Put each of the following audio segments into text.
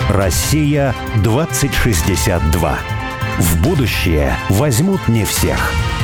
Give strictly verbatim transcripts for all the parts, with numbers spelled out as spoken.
Россия двадцать шестьдесят два. В будущее возьмут не всех.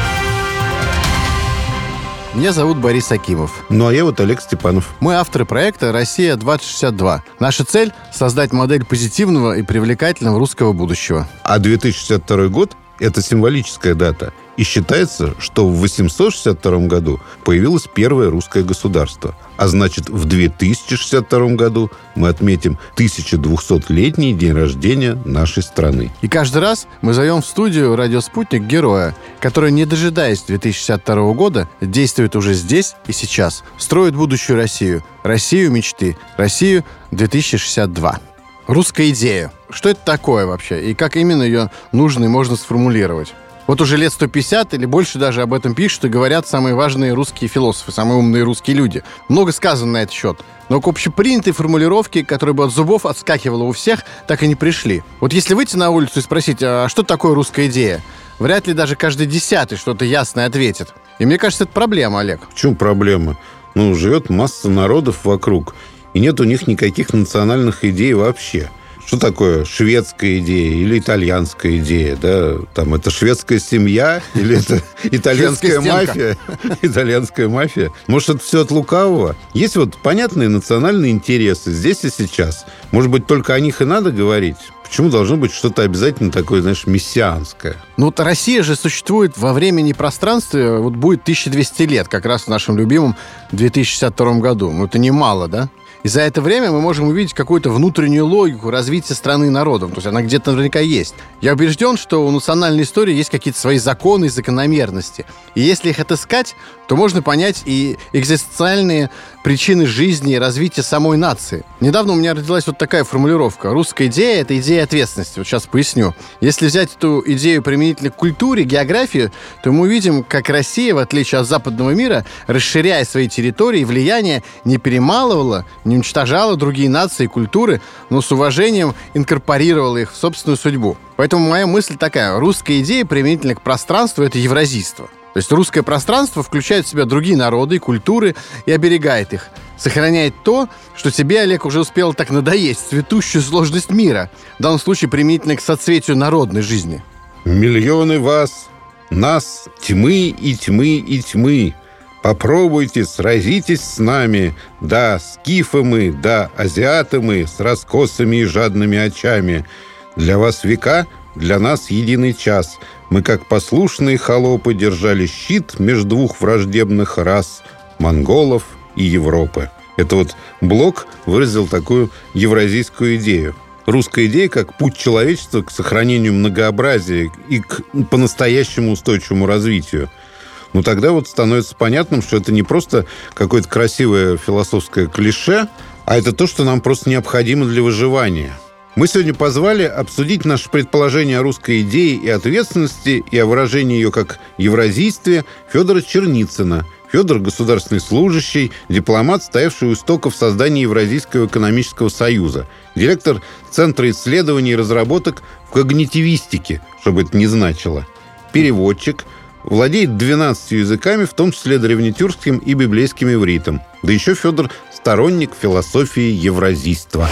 Меня зовут Борис Акимов. Ну, а я вот Олег Степанов. Мы авторы проекта «Россия двадцать шестьдесят два». Наша цель – создать модель позитивного и привлекательного русского будущего. А две тысячи шестьдесят второй год – это символическая дата. И считается, что в восемьсот шестьдесят втором году появилось первое русское государство. А значит, в две тысячи шестьдесят втором году мы отметим тысяча двухсотлетний день рождения нашей страны. И каждый раз мы зовем в студию «Радио Спутник» героя, который, не дожидаясь две тысячи шестьдесят второго года, действует уже здесь и сейчас. Строит будущую Россию. Россию мечты. Россию две тысячи шестьдесят два. Русская идея. Что это такое вообще? И как именно ее нужно и можно сформулировать? Вот уже лет сто пятьдесят или больше даже об этом пишут и говорят самые важные русские философы, самые умные русские люди. Много сказано на этот счет. Но к общепринятой формулировке, которая бы от зубов отскакивала у всех, так и не пришли. Вот если выйти на улицу и спросить, а что такое русская идея? Вряд ли даже каждый десятый что-то ясное ответит. И мне кажется, это проблема, Олег. В чем проблема? Ну, живет масса народов вокруг, и нет у них никаких национальных идей вообще. Что такое шведская идея или итальянская идея? Да? Там это шведская семья или это итальянская мафия? Итальянская мафия. Может, это все от лукавого? Есть вот понятные национальные интересы здесь и сейчас. Может быть, только о них и надо говорить? Почему должно быть что-то обязательно такое, знаешь, мессианское? Ну, вот Россия же существует во времени и пространстве. Вот будет тысяча двести лет, как раз в нашем любимом две тысячи шестьдесят втором году. Ну, это немало, да? И за это время мы можем увидеть какую-то внутреннюю логику развития страны и народов. То есть она где-то наверняка есть. Я убежден, что у национальной истории есть какие-то свои законы и закономерности. И если их отыскать, то можно понять и экзистенциальные причины жизни и развития самой нации. Недавно у меня родилась вот такая формулировка. Русская идея – это идея ответственности. Вот сейчас поясню. Если взять эту идею применительно к культуре, географии, то мы увидим, как Россия, в отличие от западного мира, расширяя свои территории и влияние, не перемалывала, не уничтожала другие нации и культуры, но с уважением инкорпорировала их в собственную судьбу. Поэтому моя мысль такая. Русская идея применительно к пространству – это евразийство. То есть русское пространство включает в себя другие народы и культуры и оберегает их. Сохраняет то, что тебе, Олег, уже успел так надоесть, цветущую сложность мира. В данном случае применительно к соцветию народной жизни. Миллионы вас, нас, тьмы и тьмы и тьмы. Попробуйте, сразитесь с нами, да, скифы мы, да, азиаты мы, с раскосыми и жадными очами. Для вас века, для нас единый час. Мы, как послушные холопы, держали щит между двух враждебных рас – монголов и Европы. Это вот Блок выразил такую евразийскую идею. Русская идея как путь человечества к сохранению многообразия и к по-настоящему устойчивому развитию. Ну, тогда вот становится понятным, что это не просто какое-то красивое философское клише, а это то, что нам просто необходимо для выживания. Мы сегодня позвали обсудить наши предположения о русской идее и ответственности и о выражении ее как евразийстве Федора Черницына. Федор – государственный служащий, дипломат, стоявший у истоков создания Евразийского экономического союза, директор Центра исследований и разработок в когнитивистике, чтобы это не значило, переводчик, владеет двенадцатью языками, в том числе древнетюркским и библейским ивритом. Да еще Федор – сторонник философии евразийства.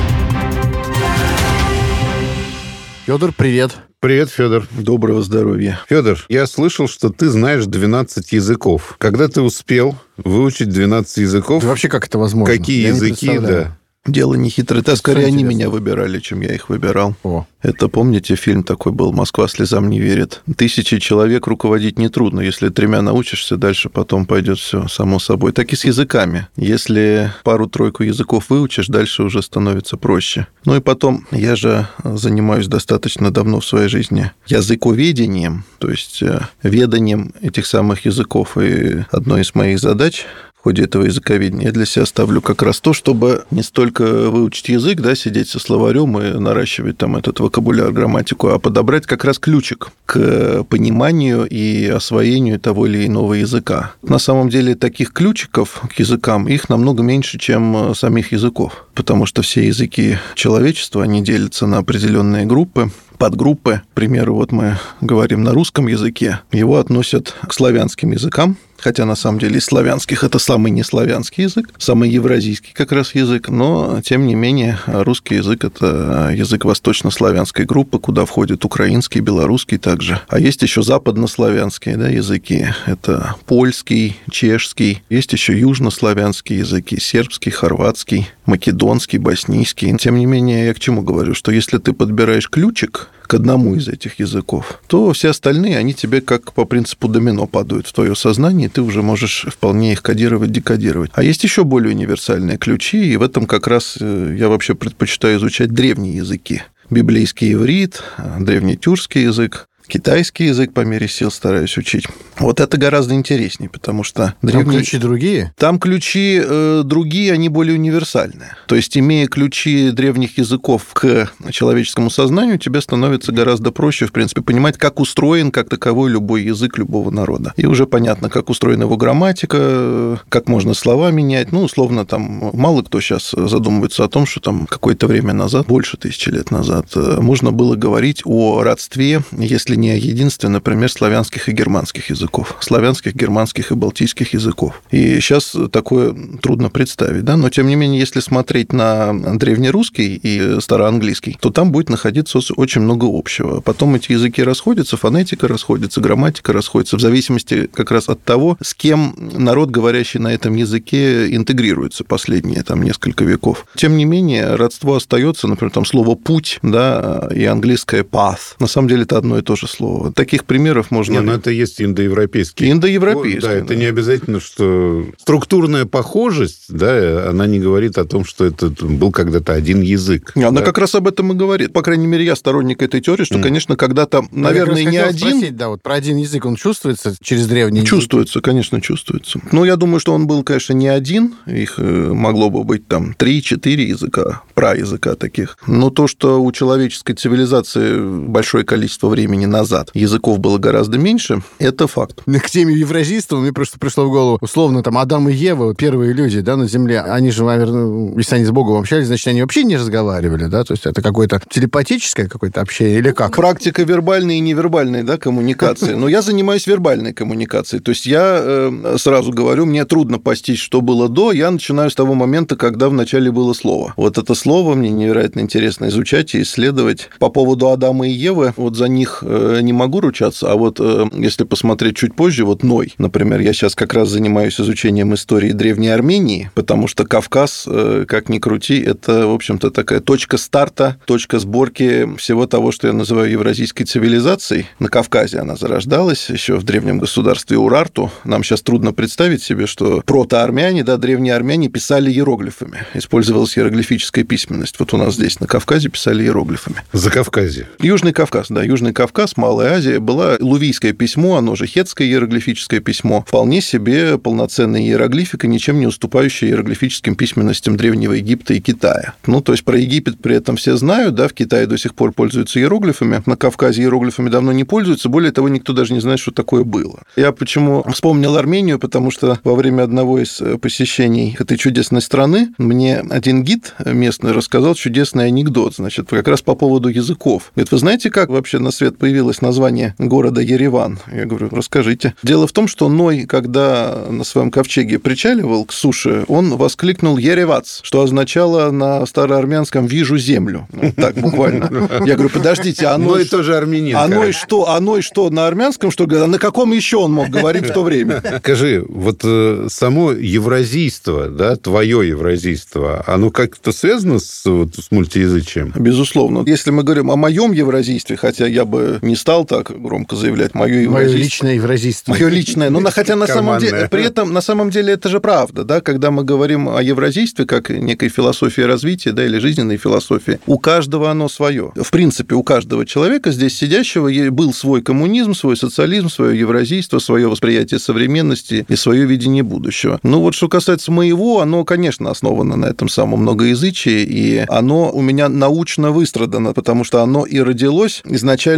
Федор, привет. Привет, Федор. Доброго здоровья. Федор, я слышал, что ты знаешь двенадцать языков. Когда ты успел выучить двенадцать языков? Да вообще, как это возможно? Какие Я языки, да. Дело не хитрое. Это скорее Интересно. Они меня выбирали, чем я их выбирал. О. Это, помните, фильм такой был «Москва слезам не верит». Тысячи человек руководить нетрудно. Если тремя научишься, дальше потом пойдет все само собой. Так и с языками. Если пару-тройку языков выучишь, дальше уже становится проще. Ну и потом, я же занимаюсь достаточно давно в своей жизни языковедением, то есть веданием этих самых языков. И одной из моих задач в ходе этого языковедения я для себя ставлю как раз то, чтобы не столько выучить язык, да, сидеть со словарем и наращивать там этот вокабуляр, грамматику, а подобрать как раз ключик к пониманию и освоению того или иного языка. На самом деле таких ключиков к языкам, их намного меньше, чем самих языков, потому что все языки человечества, они делятся на определенные группы, подгруппы. К примеру, вот мы говорим на русском языке, его относят к славянским языкам, хотя на самом деле из славянских это самый неславянский язык, самый евразийский как раз язык, но, тем не менее, русский язык – это язык восточнославянской группы, куда входит украинский, белорусский также. А есть еще западнославянские, да, языки. Это польский, чешский. Есть еще южнославянские языки, сербский, хорватский, македонский, боснийский. Тем не менее, я к чему говорю, что если ты подбираешь ключик к одному из этих языков, то все остальные, они тебе как по принципу домино падают в твое сознание, и ты уже можешь вполне их кодировать, декодировать. А есть еще более универсальные ключи, и в этом как раз я вообще предпочитаю изучать древние языки. Библейский иврит, древнетюркский язык, китайский язык по мере сил стараюсь учить. Вот это гораздо интереснее, потому что... Древние... Там ключи другие? Там ключи э, другие, они более универсальные. То есть, имея ключи древних языков к человеческому сознанию, тебе становится гораздо проще, в принципе, понимать, как устроен, как таковой, любой язык любого народа. И уже понятно, как устроена его грамматика, как можно слова менять. Ну, условно, там, мало кто сейчас задумывается о том, что там какое-то время назад, больше тысячи лет назад, можно было говорить о родстве, если не о единстве, например, славянских и германских языков. Славянских, германских и балтийских языков. И сейчас такое трудно представить, да? Но, тем не менее, если смотреть на древнерусский и староанглийский, то там будет находиться очень много общего. Потом эти языки расходятся, фонетика расходится, грамматика расходится, в зависимости как раз от того, с кем народ, говорящий на этом языке, интегрируется последние там несколько веков. Тем не менее, родство остается, например, там слово «путь», да, и английское path. На самом деле это одно и то же слово. Таких примеров можно... Не, но это есть индоевропейский. Индоевропейский. Да, это не обязательно, что структурная похожесть, да, она не говорит о том, что это был когда-то один язык. Она да? как раз об этом и говорит. По крайней мере, я сторонник этой теории, что, mm. конечно, когда-то, наверное, не один... Спросить, да, вот про один язык он чувствуется через древний язык? Чувствуется, конечно, чувствуется. Но я думаю, что он был, конечно, не один. Их могло бы быть там три-четыре языка, праязыка таких. Но то, что у человеческой цивилизации большое количество времени назад языков было гораздо меньше, это факт. К теме евразийства мне просто пришло в голову, условно, там, Адам и Ева, первые люди, да, на Земле, они же, наверное, если они с Богом общались, значит, они вообще не разговаривали, да, то есть это какое-то телепатическое какое-то общение или как? Практика вербальной и невербальной, да, коммуникации. Но я занимаюсь вербальной коммуникацией, то есть я э, сразу говорю, мне трудно постичь, что было до, я начинаю с того момента, когда вначале было слово. Вот это слово мне невероятно интересно изучать и исследовать. По поводу Адама и Евы, вот за них э, не могу ручаться, а вот э, если посмотреть чуть позже, вот Ной, например, я сейчас как раз занимаюсь изучением истории Древней Армении, потому что Кавказ, э, как ни крути, это, в общем-то, такая точка старта, точка сборки всего того, что я называю евразийской цивилизацией. На Кавказе она зарождалась еще в древнем государстве Урарту. Нам сейчас трудно представить себе, что протоармяне, да, древние армяне писали иероглифами. Использовалась иероглифическая письменность. Вот у нас здесь на Кавказе писали иероглифами. Закавказье. Южный Кавказ, да, Южный Кавказ, Малая Азия, была лувийское письмо, оно же хетское иероглифическое письмо, вполне себе полноценная иероглифика, ничем не уступающая иероглифическим письменностям Древнего Египта и Китая. Ну, то есть про Египет при этом все знают, да, в Китае до сих пор пользуются иероглифами, на Кавказе иероглифами давно не пользуются, более того, никто даже не знает, что такое было. Я почему вспомнил Армению, потому что во время одного из посещений этой чудесной страны мне один гид местный рассказал чудесный анекдот, значит, как раз по поводу языков. Говорит, вы знаете, как вообще на свет появилось название города Ереван? Я говорю, расскажите. Дело в том, что Ной, когда на своем ковчеге причаливал к суше, он воскликнул «Еревац», что означало на староармянском «вижу землю». Вот так буквально. Я говорю, подождите, а Ной... Ной тоже армянин. А Ной что? А Ной что, на армянском, что ли? А на каком еще он мог говорить в то время? Скажи, вот само евразийство, да, твое евразийство, оно как-то связано с, вот, с мультиязычием? Безусловно. Если мы говорим о моем евразийстве, хотя я бы не стал так громко заявлять, мое евразийство... Мое личное евразийство. Мое личное. Но хотя на самом деле, при этом, на самом деле, это же правда, да, когда мы говорим о евразийстве как некой философии развития, да, или жизненной философии, у каждого оно свое. В принципе, у каждого человека здесь сидящего был свой коммунизм, свой социализм, свое евразийство, свое восприятие современности и свое видение будущего. Ну вот что касается моего, оно, конечно, основано на этом самом многоязычии, и оно у меня научно выстрадано, потому что оно и родилось изначально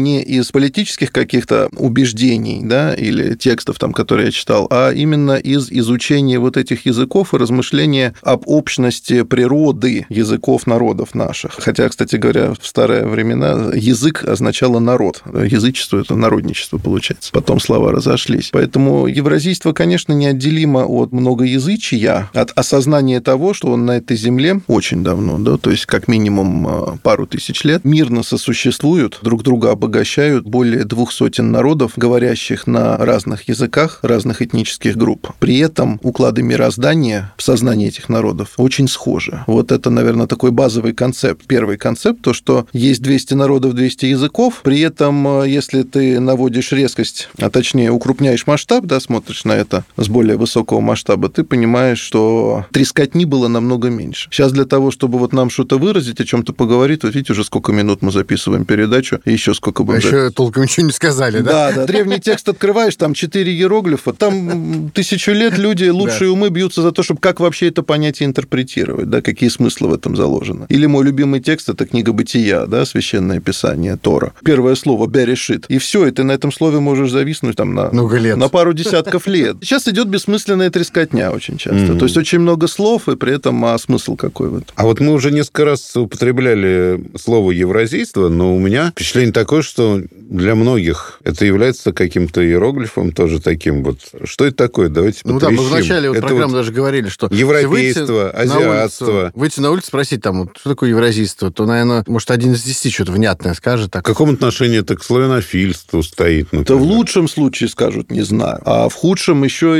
не из политических каких-то убеждений, да, или текстов, там, которые я читал, а именно из изучения вот этих языков и размышления об общности природы языков народов наших. Хотя, кстати говоря, в старые времена язык означало народ. Язычество – это народничество, получается. Потом слова разошлись. Поэтому евразийство, конечно, неотделимо от многоязычия, от осознания того, что он на этой земле очень давно, да, то есть как минимум пару тысяч лет, мирно сосуществуют, друг друга обогащают более двух сотен народов, говорящих на разных языках, разных этнических групп. При этом уклады мироздания в сознании этих народов очень схожи. Вот это, наверное, такой базовый концепт. Первый концепт, то, что есть двести народов, двести языков, при этом, если ты наводишь резкость, а точнее укрупняешь масштаб, да, смотришь на это с более высокого масштаба, ты понимаешь, что трескотни было намного меньше. Сейчас для того, чтобы вот нам что-то выразить, о чем-то поговорить, вот видите, уже сколько минут мы записываем передачу, и еще сколько будем... А еще записывать. Толком ничего не сказали, да? Да, да. Древний текст открываешь, там четыре иероглифа, там тысячу лет люди, лучшие умы бьются за то, чтобы как вообще это понятие интерпретировать, да, какие смыслы в этом заложены. Или мой любимый текст — это книга Бытия, да, священное писание, Тора. Первое слово «берешит». И все, и ты на этом слове можешь зависнуть там на, много лет. на пару десятков лет. Сейчас идет бессмысленная трескотня очень часто. Mm-hmm. То есть очень много слов, и при этом а смысл какой в этом? А вот мы уже несколько раз употребляли слово «евразийство», но у меня впечатление такое, что для многих это является каким-то иероглифом тоже таким вот. Что это такое? Давайте ну потрещим. Ну да, мы вначале вот программы вот даже говорили, что... Европейство, азиатство. На улицу, выйти на улицу, спросить там, вот, что такое евразийство, то, наверное, может, один из десяти что-то внятное скажет. Так. В каком отношении это к славянофильству стоит? Например? Это в лучшем случае скажут «не знаю», а в худшем еще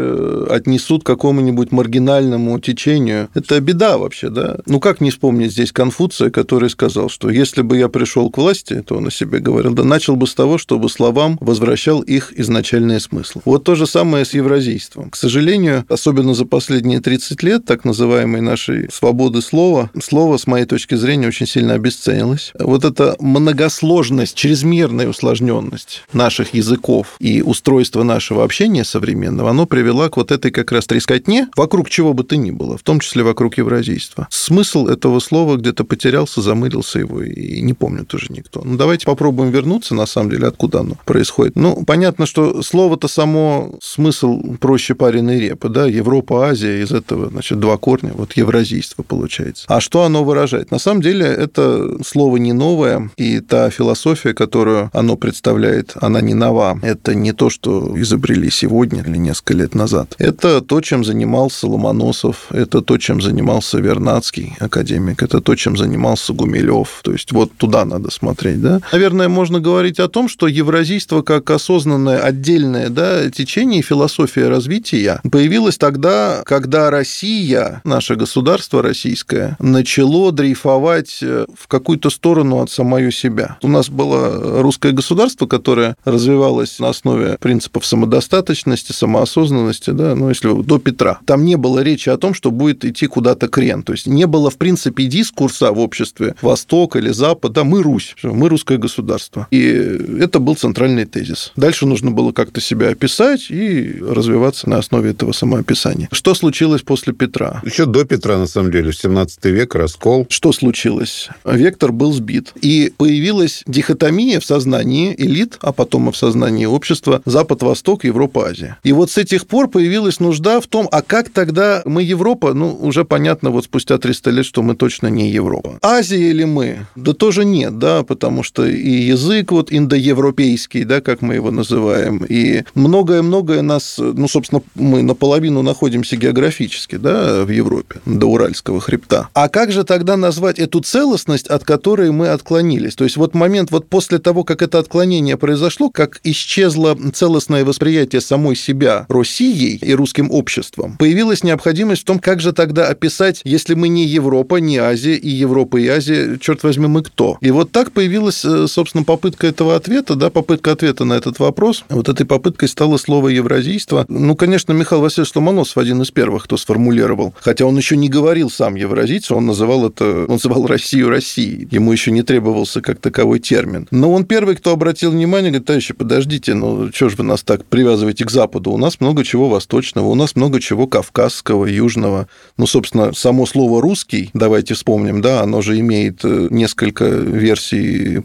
и отнесут к какому-нибудь маргинальному течению. Это беда вообще, да? Ну, как не вспомнить здесь Конфуция, который сказал, что если бы я пришел к власти, то он о себе говорил, да начал бы с того, чтобы словам возвращал их изначальный смысл. Вот то же самое с евразийством. К сожалению, особенно за последние тридцать лет, так называемой нашей свободы слова, слово, с моей точки зрения, очень сильно обесценилось. Вот эта многосложность, чрезмерная усложненность наших языков и устройство нашего общения современного, оно привело к вот этой как раз трескотне, вокруг чего бы то ни было, в том числе вокруг евразийства. Смысл этого слова где-то потерялся, замылился его, и не помнит уже никто. Ну, давайте попробуем вернуться, на самом деле, откуда оно происходит. Ну, понятно, что слово-то само, смысл проще пареной репы, да, Европа, Азия, из этого, значит, два корня, вот евразийство получается. А что оно выражает? На самом деле, это слово не новое, и та философия, которую оно представляет, она не нова. Это не то, что изобрели сегодня или несколько лет назад. Это то, чем занимался Ломоносов, это то, чем занимался Вернадский, академик, это то, чем занимался Гумилев. То есть вот туда надо смотреть, да. Наверное, можно говорить о том, что евразийство как осознанное отдельное, да, течение, философия развития появилось тогда, когда Россия, наше государство российское, начало дрейфовать в какую-то сторону от самое себя. У нас было русское государство, которое развивалось на основе принципов самодостаточности, самоосознанности, да, ну, если до Петра. Там не было речи о том, что будет идти куда-то крен. То есть не было, в принципе, дискурса в обществе Восток или Запад, да, мы Русь, мы русское государство. И это был центральный тезис. Дальше нужно было как-то себя описать и развиваться на основе этого самоописания. Что случилось после Петра? Еще до Петра, на самом деле, в семнадцатый век, раскол. Что случилось? Вектор был сбит. И появилась дихотомия в сознании элит, а потом и в сознании общества Запад-Восток, Европа-Азия. И вот с этих пор появилась нужда в том, а как тогда мы Европа? Ну, уже понятно вот спустя триста лет, что мы точно не Европа. Азия или мы? Да тоже нет, да, потому что и язык вот индоевропейский, да, как мы его называем, и многое-многое нас, ну, собственно, мы наполовину находимся географически, да, в Европе, до Уральского хребта. А как же тогда назвать эту целостность, от которой мы отклонились? То есть вот момент вот после того, как это отклонение произошло, как исчезло целостное восприятие самой себя Россией и русским обществом, появилась необходимость в том, как же тогда описать, если мы не Европа, не Азия, и Европа, и Азия, черт возьми, мы кто? И вот так появилась, собственно, попытка этого ответа, да, попытка ответа на этот вопрос. Вот этой попыткой стало слово евразийство. Ну, конечно, Михаил Васильевич Ломоносов один из первых, кто сформулировал, хотя он еще не говорил сам евразийцу, он называл это, он называл Россию Россией. Ему еще не требовался как таковой термин. Но он первый, кто обратил внимание, говорит, товарищи, подождите, ну, что же вы нас так привязываете к Западу? У нас много чего восточного, у нас много чего кавказского, южного. Ну, собственно, само слово «русский», давайте вспомним, да, оно же имеет несколько версий происхождения,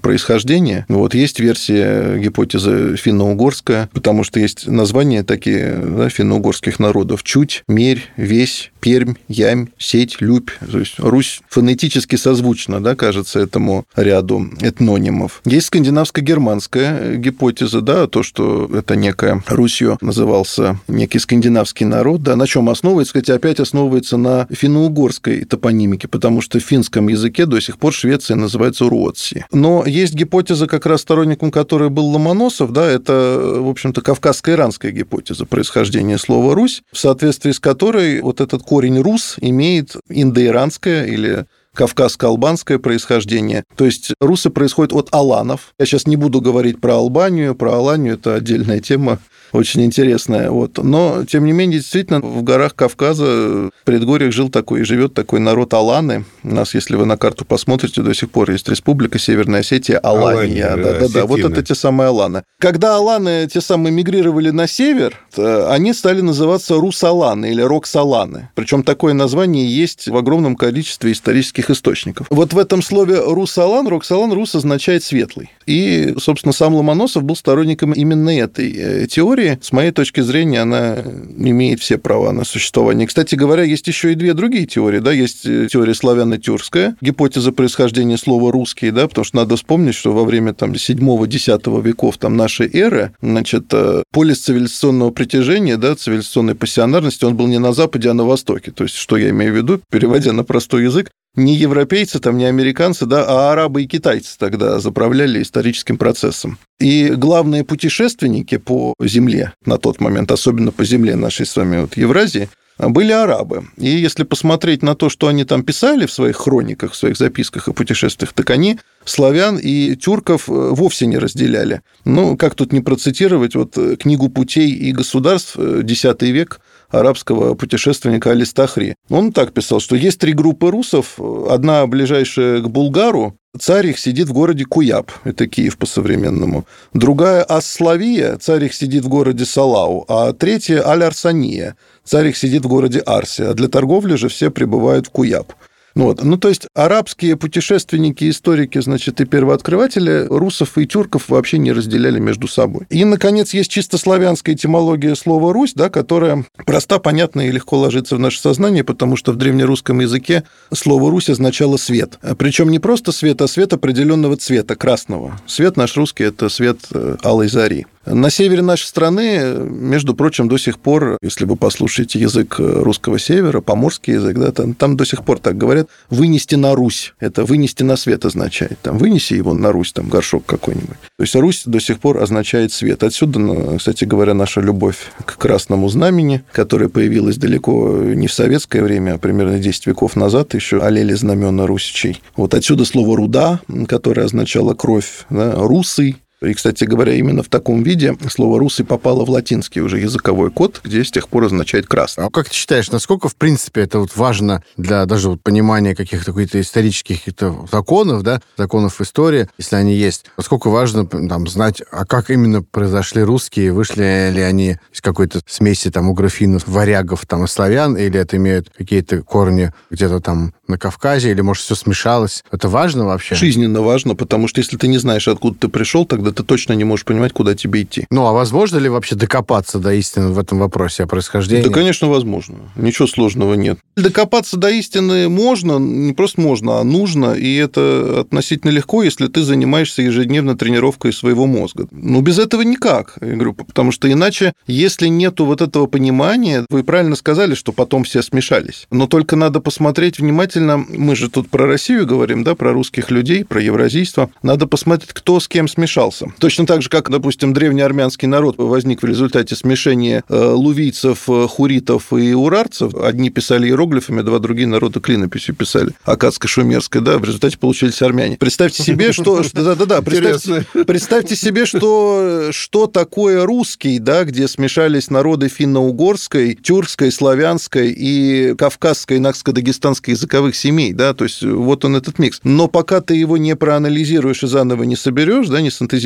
происхождения. Вот есть версия гипотезы финно-угорская, потому что есть названия такие, да, финно-угорских народов: Чуть, Мерь, Весь, Пермь, Ямь, Сеть, Любь. То есть Русь фонетически созвучна, да, кажется, этому ряду этнонимов. Есть скандинавско-германская гипотеза, да, то, что это некая Русью назывался некий скандинавский народ, да, на чем основывается, кстати, опять основывается на финно-угорской топонимике, потому что в финском языке до сих пор Швеция называется Руотси. Но есть гипотеза, как раз сторонником которой был Ломоносов, да, это, в общем-то, кавказско-иранская гипотеза происхождения слова «Русь», в соответствии с которой вот этот корень «рус» имеет индоиранское или кавказско-албанское происхождение. То есть русы происходят от аланов. Я сейчас не буду говорить про Албанию, про Аланию, это отдельная тема, очень интересная. Вот. Но, тем не менее, действительно, в горах Кавказа, в предгорьях жил такой и живет такой народ аланы. У нас, если вы на карту посмотрите, до сих пор есть республика Северная Осетия, Алания. Да-да-да, вот это те самые аланы. Когда аланы те самые мигрировали на север, они стали называться русаланы или роксаланы. Причем такое название есть в огромном количестве исторических источников. Вот в этом слове русалан, роксалан, рус означает светлый. И, собственно, сам Ломоносов был сторонником именно этой теории. С моей точки зрения, она имеет все права на существование. Кстати говоря, есть еще и две другие теории. Да? Есть теория славяно-тюркская, гипотеза происхождения слова «русский», да? Потому что надо вспомнить, что во время там, седьмого-десятого веков там, нашей эры, значит, полис цивилизационного притяжения, да, цивилизационной пассионарности, он был не на Западе, а на Востоке. То есть, что я имею в виду, переводя на простой язык, не европейцы, там, не американцы, да, а арабы и китайцы тогда заправляли историческим процессом. И главные путешественники по земле на тот момент, особенно по земле нашей с вами вот Евразии, были арабы. И если посмотреть на то, что они там писали в своих хрониках, в своих записках и путешествиях, так они славян и тюрков вовсе не разделяли. Ну, как тут не процитировать вот книгу «Путей и государств», десятый век, арабского путешественника Алистахри. Он так писал, что есть три группы русов. Одна ближайшая к Булгару, царь их сидит в городе Куяб, это Киев по-современному. Другая Ас-Славия, царь их сидит в городе Салау. А третья Аль-Арсания, царь их сидит в городе Арси. А для торговли же все прибывают в Куяб. Вот. Ну, то есть арабские путешественники, историки, значит, и первооткрыватели русов и тюрков вообще не разделяли между собой. И, наконец, есть чисто славянская этимология слова «Русь», да, которая проста, понятна и легко ложится в наше сознание, потому что в древнерусском языке слово «Русь» означало «свет». Причем не просто свет, а свет определенного цвета, красного. Свет наш русский – это свет алой зари. На севере нашей страны, между прочим, до сих пор, если вы послушаете язык русского севера, поморский язык, да, там, там до сих пор так говорят, вынести на Русь. Это вынести на свет означает. Там, вынеси его на Русь, там, горшок какой-нибудь. То есть Русь до сих пор означает свет. Отсюда, кстати говоря, наша любовь к красному знамени, которая появилась далеко не в советское время, а примерно десять веков назад, еще олели знамена русичей. Вот отсюда слово «руда», которое означало кровь, да, «русы». И, кстати говоря, именно в таком виде слово «русый» попало в латинский уже языковой код, где с тех пор означает «красный». А как ты считаешь, насколько, в принципе, это вот важно для даже вот понимания каких-то каких-то исторических каких-то законов, да, законов истории, если они есть? Насколько важно там, знать, а как именно произошли русские, вышли ли они из какой-то смеси там угрофинов, варягов там, и славян, или это имеют какие-то корни где-то там на Кавказе, или, может, все смешалось? Это важно вообще? Жизненно важно, потому что если ты не знаешь, откуда ты пришел, тогда ты точно не можешь понимать, куда тебе идти. Ну, а возможно ли вообще докопаться до истины в этом вопросе о происхождении? Да, конечно, возможно. Ничего сложного нет. Докопаться до истины можно, не просто можно, а нужно, и это относительно легко, если ты занимаешься ежедневно тренировкой своего мозга. Ну, без этого никак, я говорю, потому что иначе, если нету вот этого понимания, вы правильно сказали, что потом все смешались, но только надо посмотреть внимательно, мы же тут про Россию говорим, да, про русских людей, про евразийство, надо посмотреть, кто с кем смешался. Точно так же, как, допустим, древнеармянский народ возник в результате смешения лувийцев, хуритов и урарцев. Одни писали иероглифами, два другие народы клинописью писали, аккадско-шумерской, да, в результате получились армяне. Представьте себе, что... Да-да-да, представьте, представьте себе, что, что такое русский, да, где смешались народы финно-угорской, тюркской, славянской и кавказской, накско-дагестанской языковых семей, да, то есть вот он этот микс. Но пока ты его не проанализируешь и заново не соберешь, да, не синтезируешь,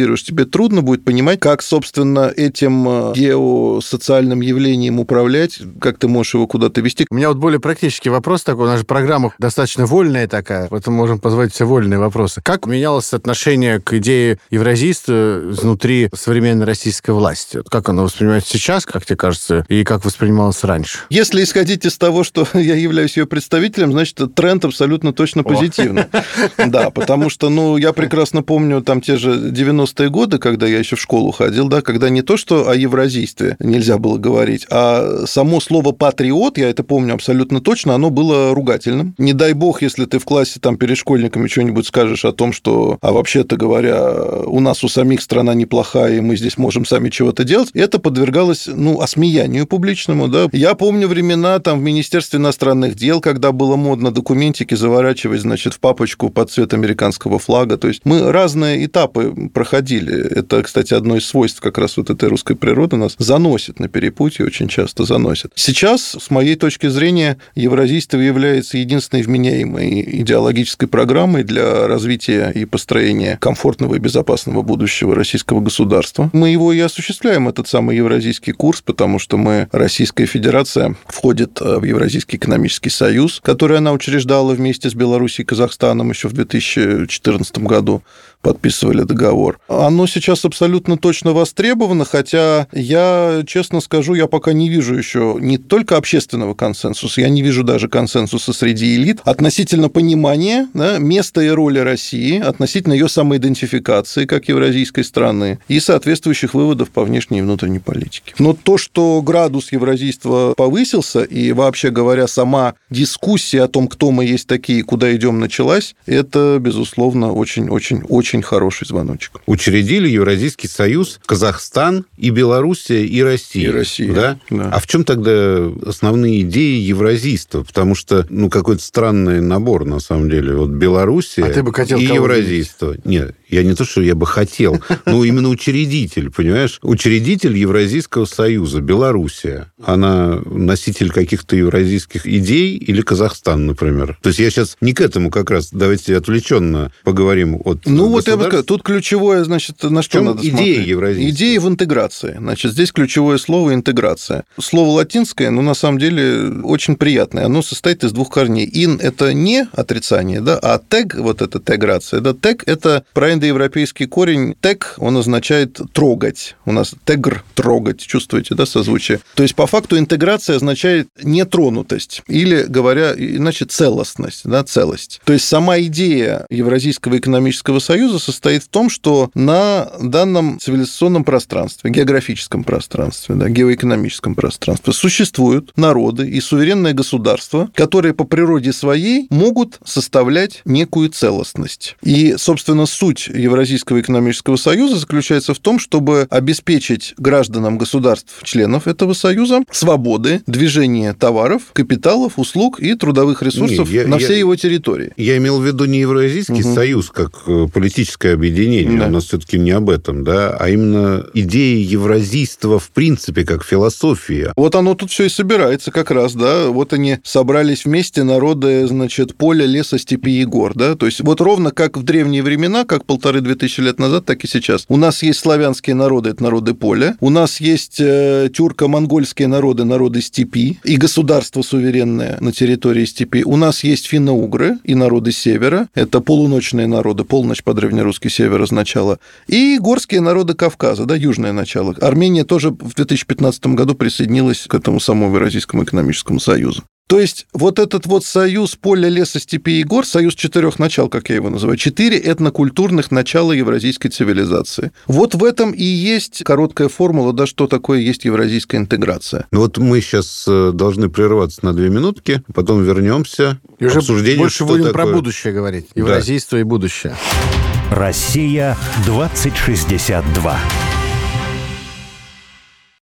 анализируешь, тебе трудно будет понимать, как, собственно, этим геосоциальным явлением управлять, как ты можешь его куда-то вести. У меня вот более практический вопрос такой. У нас же программа достаточно вольная такая, поэтому можем позволить себе вольные вопросы. Как менялось отношение к идее евразийства внутри современной российской власти? Вот как оно воспринимается сейчас, как тебе кажется, и как воспринималось раньше? Если исходить из того, что я являюсь ее представителем, значит, тренд абсолютно точно позитивный. Да, потому что, ну, я прекрасно помню там те же девяностые годы, когда я еще в школу ходил, да, когда не то, что о евразийстве нельзя было говорить, а само слово «патриот», я это помню абсолютно точно, оно было ругательным. Не дай бог, если ты в классе там перед школьниками что-нибудь скажешь о том, что, а вообще-то говоря, у нас у самих страна неплохая, и мы здесь можем сами чего-то делать, это подвергалось, ну, осмеянию публичному, да. Я помню времена там в Министерстве иностранных дел, когда было модно документики заворачивать, значит, в папочку под цвет американского флага. То есть мы разные этапы проходили. Это, кстати, одно из свойств как раз вот этой русской природы, нас заносит на перепутье, очень часто заносит. Сейчас, с моей точки зрения, евразийство является единственной вменяемой идеологической программой для развития и построения комфортного и безопасного будущего российского государства. Мы его и осуществляем, этот самый евразийский курс, потому что мы, Российская Федерация, входит в Евразийский экономический союз, который она учреждала вместе с Белоруссией и Казахстаном еще в две тысячи четырнадцатом году. Подписывали договор. Оно сейчас абсолютно точно востребовано, хотя я, честно скажу, я пока не вижу еще не только общественного консенсуса, я не вижу даже консенсуса среди элит относительно понимания, да, места и роли России, относительно ее самоидентификации как евразийской страны и соответствующих выводов по внешней и внутренней политике. Но то, что градус евразийства повысился, и вообще говоря, сама дискуссия о том, кто мы есть такие, куда идем, началась, это, безусловно, очень-очень-очень очень хороший звоночек. Учредили Евразийский союз Казахстан и Белоруссия и Россия. И Россия, да? Да. А в чем тогда основные идеи евразийства? Потому что, ну, какой-то странный набор, на самом деле. Вот Белоруссия а ты бы хотел и кого евразийство. видеть? Нет, я не то, что я бы хотел, но именно учредитель, понимаешь? Учредитель Евразийского союза, Белоруссия. Она носитель каких-то евразийских идей или Казахстан, например? То есть я сейчас не к этому как раз, давайте отвлеченно поговорим от Ну, вот я бы сказал, тут ключевое, значит, на что надо идея смотреть? евразийства? Идея в интеграции. Значит, здесь ключевое слово интеграция. Слово латинское, ну, на самом деле, очень приятное. Оно состоит из двух корней. Ин – это не отрицание, да, а тег, вот эта теграция, да, тег – это проиндоевропейский корень. Тег, он означает трогать. У нас тегр – трогать, чувствуете, да, созвучие? То есть, по факту, интеграция означает нетронутость или, говоря иначе, целостность, да, целость. То есть, сама идея Евразийского экономического союза состоит в том, что на данном цивилизационном пространстве, географическом пространстве, да, геоэкономическом пространстве существуют народы и суверенное государство, которые по природе своей могут составлять некую целостность. И, собственно, суть Евразийского экономического союза заключается в том, чтобы обеспечить гражданам государств-членов этого союза свободы движения товаров, капиталов, услуг и трудовых ресурсов не, я, на всей я, его территории. Я имел в виду не Евразийский угу. союз как политическое объединение, да. У нас все-таки не об этом, да, а именно идея евразийства в принципе как философия. Вот оно тут все и собирается как раз, да, вот они собрались вместе, народы, значит, поля, леса, степи и гор, да, то есть вот ровно как в древние времена, как полторы-две тысячи лет назад, так и сейчас. У нас есть славянские народы, это народы поля, у нас есть э, тюрко-монгольские народы, народы степи и государство суверенное на территории степи, у нас есть финно-угры и народы севера, это полуночные народы, полночь по-древнерусски север означало, и горские народы Кавказа, да, южное начало. Армения тоже в две тысячи пятнадцатом году присоединилась к этому самому Евразийскому экономическому союзу. То есть вот этот вот союз поля, леса, степи и гор, союз четырех начал, как я его называю, четыре этнокультурных начала евразийской цивилизации. Вот в этом и есть короткая формула, да, что такое есть евразийская интеграция. Ну вот мы сейчас должны прерваться на две минутки, потом вернемся к обсуждению, больше будем такое... про будущее говорить. Евразийство да. и будущее. Россия двадцать шестьдесят два.